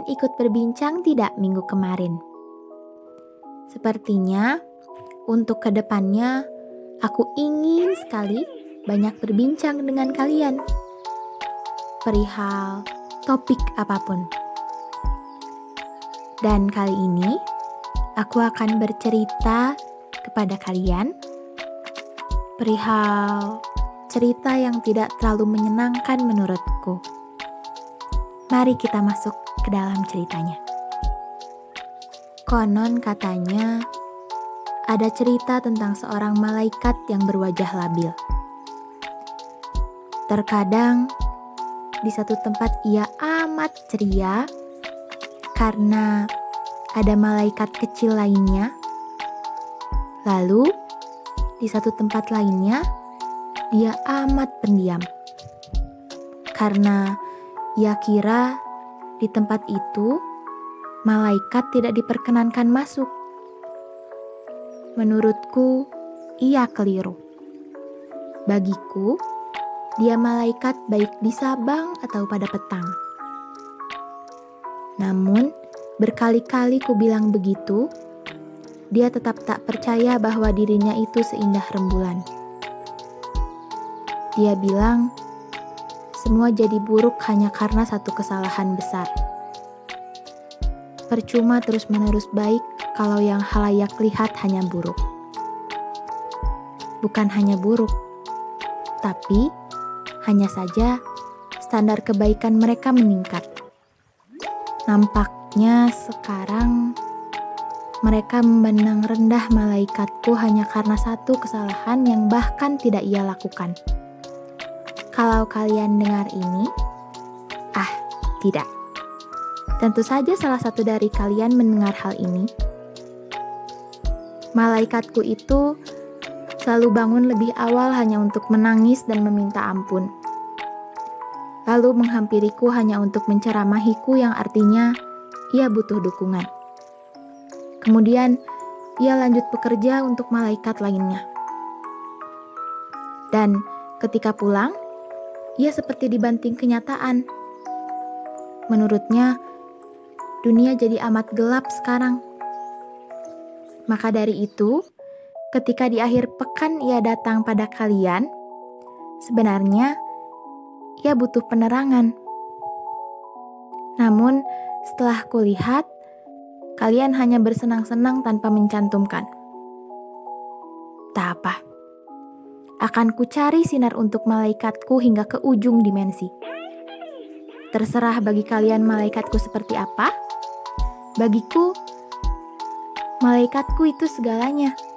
Kalian ikut berbincang tidak minggu kemarin? Sepertinya untuk kedepannya aku ingin sekali banyak berbincang dengan kalian perihal topik apapun. Dan kali ini aku akan bercerita kepada kalian perihal cerita yang tidak terlalu menyenangkan menurutku. Mari kita masuk ke dalam ceritanya. Konon katanya ada cerita tentang seorang malaikat yang berwajah labil. Terkadang di satu tempat ia amat ceria karena ada malaikat kecil lainnya. Lalu di satu tempat lainnya dia amat pendiam karena ia kira di tempat itu malaikat tidak diperkenankan masuk. Menurutku, ia keliru. Bagiku, dia malaikat baik di sabang atau pada petang. Namun, berkali-kali ku bilang begitu, dia tetap tak percaya bahwa dirinya itu seindah rembulan. Dia bilang, semua jadi buruk hanya karena satu kesalahan besar. Percuma terus-menerus baik kalau yang halayak lihat hanya buruk. Bukan hanya buruk, tapi hanya saja standar kebaikan mereka meningkat. Nampaknya sekarang mereka memandang rendah malaikatku hanya karena satu kesalahan yang bahkan tidak ia lakukan. Kalau kalian dengar ini, tidak. Tentu saja salah satu dari kalian mendengar hal ini. Malaikatku itu selalu bangun lebih awal hanya untuk menangis dan meminta ampun. Lalu menghampiriku hanya untuk menceramahiku yang artinya ia butuh dukungan. Kemudian ia lanjut bekerja untuk malaikat lainnya. Dan ketika pulang, ia seperti dibanting kenyataan. Menurutnya, dunia jadi amat gelap sekarang. Maka dari itu, ketika di akhir pekan ia datang pada kalian, sebenarnya ia butuh penerangan. Namun, setelah kulihat, kalian hanya bersenang-senang tanpa mencantumkan. Tak apa. Akan kucari sinar untuk malaikatku hingga ke ujung dimensi. Terserah bagi kalian malaikatku seperti apa. Bagiku, malaikatku itu segalanya.